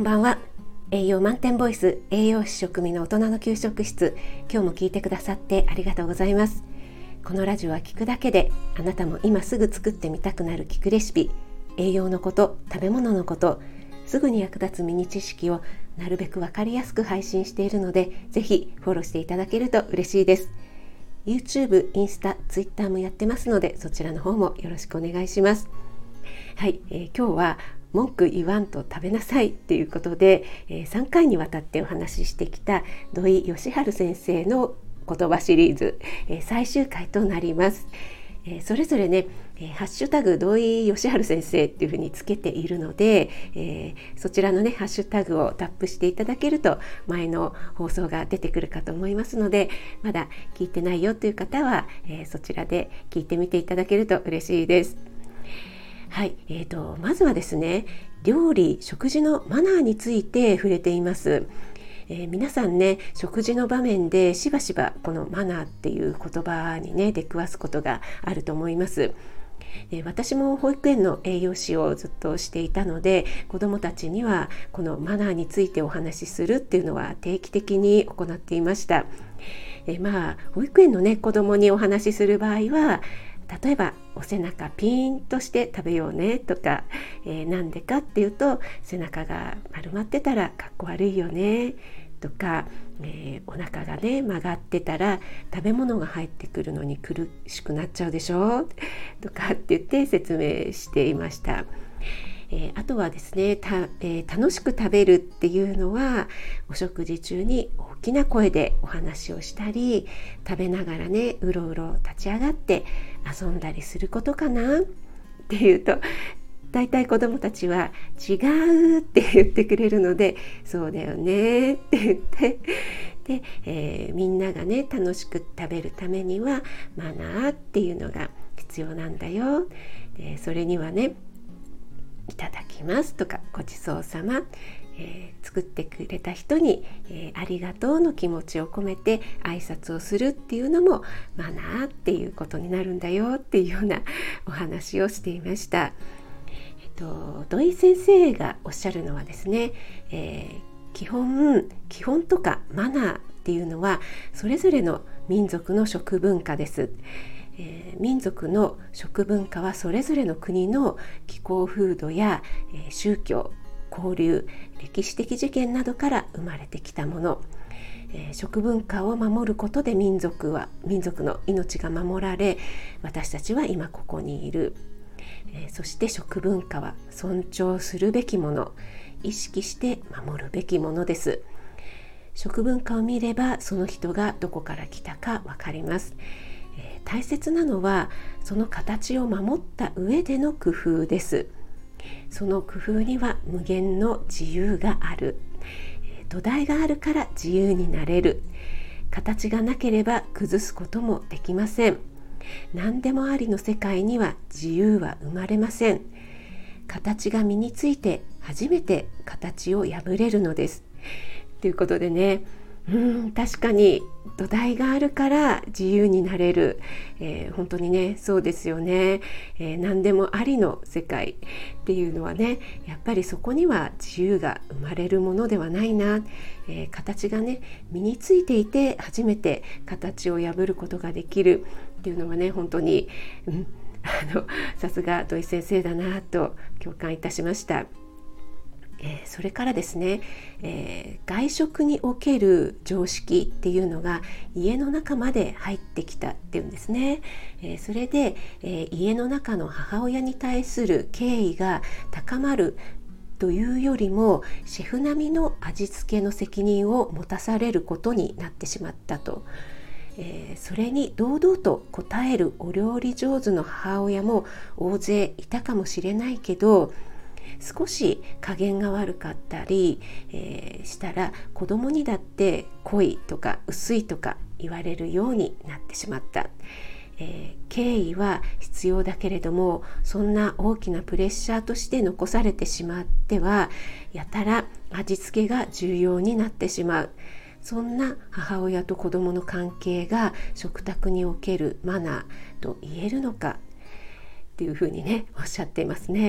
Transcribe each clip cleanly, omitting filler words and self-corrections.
こんばんは。栄養満点ボイス、栄養士食味の大人の給食室。今日も聞いてくださってありがとうございます。このラジオは聞くだけであなたも今すぐ作ってみたくなる聞くレシピ、栄養のこと、食べ物のこと、すぐに役立つミニ知識をなるべくわかりやすく配信しているので、ぜひフォローしていただけると嬉しいです。YouTube、インスタ、Twitter もやってますので、そちらの方もよろしくお願いします。はい、今日は文句言わんと食べなさいということで、3回にわたってお話ししてきた土井善晴先生の言葉シリーズ、最終回となります。それぞれね、ハッシュタグ土井善晴先生っていうふうにつけているので、そちらのねハッシュタグをタップしていただけると前の放送が出てくるかと思いますので、まだ聞いてないよという方は、そちらで聞いてみていただけると嬉しいです。はい、まずはですね、料理・食事のマナーについて触れています。皆さんね、食事の場面でしばしばこのマナーっていう言葉にね出くわすことがあると思います。私も保育園の栄養士をずっとしていたので、子どもたちにはこのマナーについてお話しするっていうのは定期的に行っていました。保育園のね子どもにお話しする場合は、例えばお背中ピーンとして食べようねとか、なんでかっていうと、背中が丸まってたらかっこ悪いよねとか、お腹がね曲がってたら食べ物が入ってくるのに苦しくなっちゃうでしょとかって言って説明していました。あとはですね、楽しく食べるっていうのは、お食事中に大きな声でお話をしたり、食べながらねうろうろ立ち上がって遊んだりすることかなっていうと、だいたい子どもたちは違うって言ってくれるので、そうだよねって言ってで、みんながね楽しく食べるためにはマナーっていうのが必要なんだよ。でそれにはね、いただきますとか、ごちそうさま、作ってくれた人に、ありがとうの気持ちを込めて挨拶をするっていうのもマナーっていうことになるんだよっていうようなお話をしていました。土井先生がおっしゃるのはですね、基本とかマナーっていうのはそれぞれの民族の食文化です。民族の食文化はそれぞれの国の気候風土や、宗教、交流、歴史的事件などから生まれてきたもの。食文化を守ることで民族の命が守られ、私たちは今ここにいる。そして食文化は尊重するべきもの、意識して守るべきものです。食文化を見ればその人がどこから来たかわかります。大切なのはその形を守った上での工夫です。その工夫には無限の自由がある。土台があるから自由になれる。形がなければ崩すこともできません。何でもありの世界には自由は生まれません。形が身について初めて形を破れるのです。ということでね、確かに土台があるから自由になれる。本当にねそうですよね。何でもありの世界っていうのはね、やっぱりそこには自由が生まれるものではないな。形がね身についていて初めて形を破ることができるっていうのはね、本当に、さすが土井先生だなと共感いたしました。それからですね、外食における常識っていうのが家の中まで入ってきたっていうんですね。それで、家の中の母親に対する敬意が高まるというよりも、シェフ並みの味付けの責任を持たされることになってしまったと。それに堂々と応えるお料理上手の母親も大勢いたかもしれないけど、少し加減が悪かったり、したら子供にだって濃いとか薄いとか言われるようになってしまった。敬意は必要だけれども、そんな大きなプレッシャーとして残されてしまっては、やたら味付けが重要になってしまう。そんな母親と子供の関係が食卓におけるマナーと言えるのかっていうふうにねおっしゃっていますね。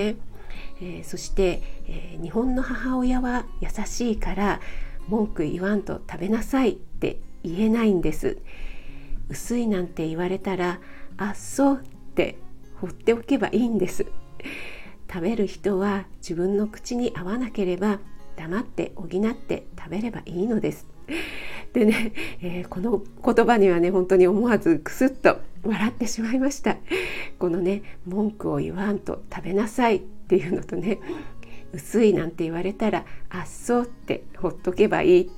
そして、日本の母親は優しいから文句言わんと食べなさいって言えないんです。薄いなんて言われたら、あ、そうって放っておけばいいんです。食べる人は自分の口に合わなければ黙って補って食べればいいのです。でね、この言葉にはね、本当に思わずクスッと笑ってしまいました。このね、文句を言わんと食べなさいっていうのとね、薄いなんて言われたら、あっそうってほっとけばいいって、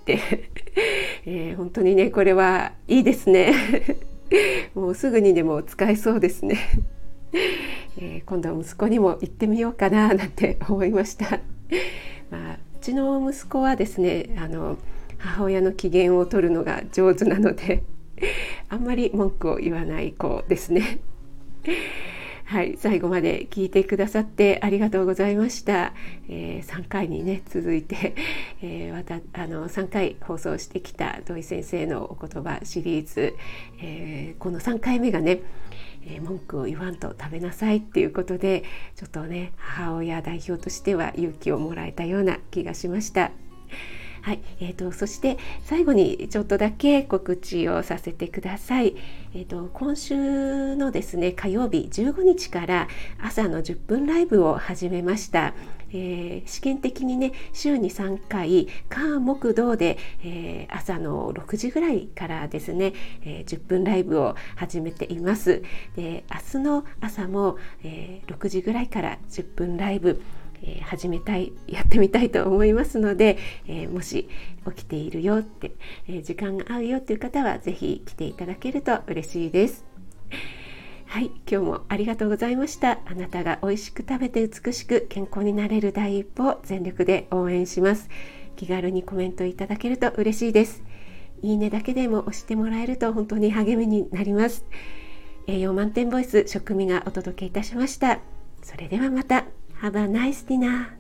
本当にね、これはいいですね。もうすぐにでも使えそうですね。今度は息子にも言ってみようかななんて思いました。うちの息子はですね、母親の機嫌を取るのが上手なのであんまり文句を言わない子ですね。はい、最後まで聞いてくださってありがとうございました。3回にね続いて、3回放送してきた土井先生のお言葉シリーズ、この3回目がね、文句を言わんと食べなさいっていうことで、ちょっとね母親代表としては勇気をもらえたような気がしました。はい、そして最後にちょっとだけ告知をさせてください。今週のですね火曜日15日から朝の10分ライブを始めました。試験的にね週に3回火木土で、朝の6時ぐらいからですね、10分ライブを始めています。で、明日の朝も、6時ぐらいから10分ライブやってみたいと思いますので、もし起きているよって、時間が合うよっていう方はぜひ来ていただけると嬉しいです。はい、今日もありがとうございました。あなたが美味しく食べて美しく健康になれる第一歩を全力で応援します。気軽にコメントいただけると嬉しいです。いいねだけでも押してもらえると本当に励みになります。栄養満点ボイス食味がお届けいたしました。それではまた。Have a nice dinner.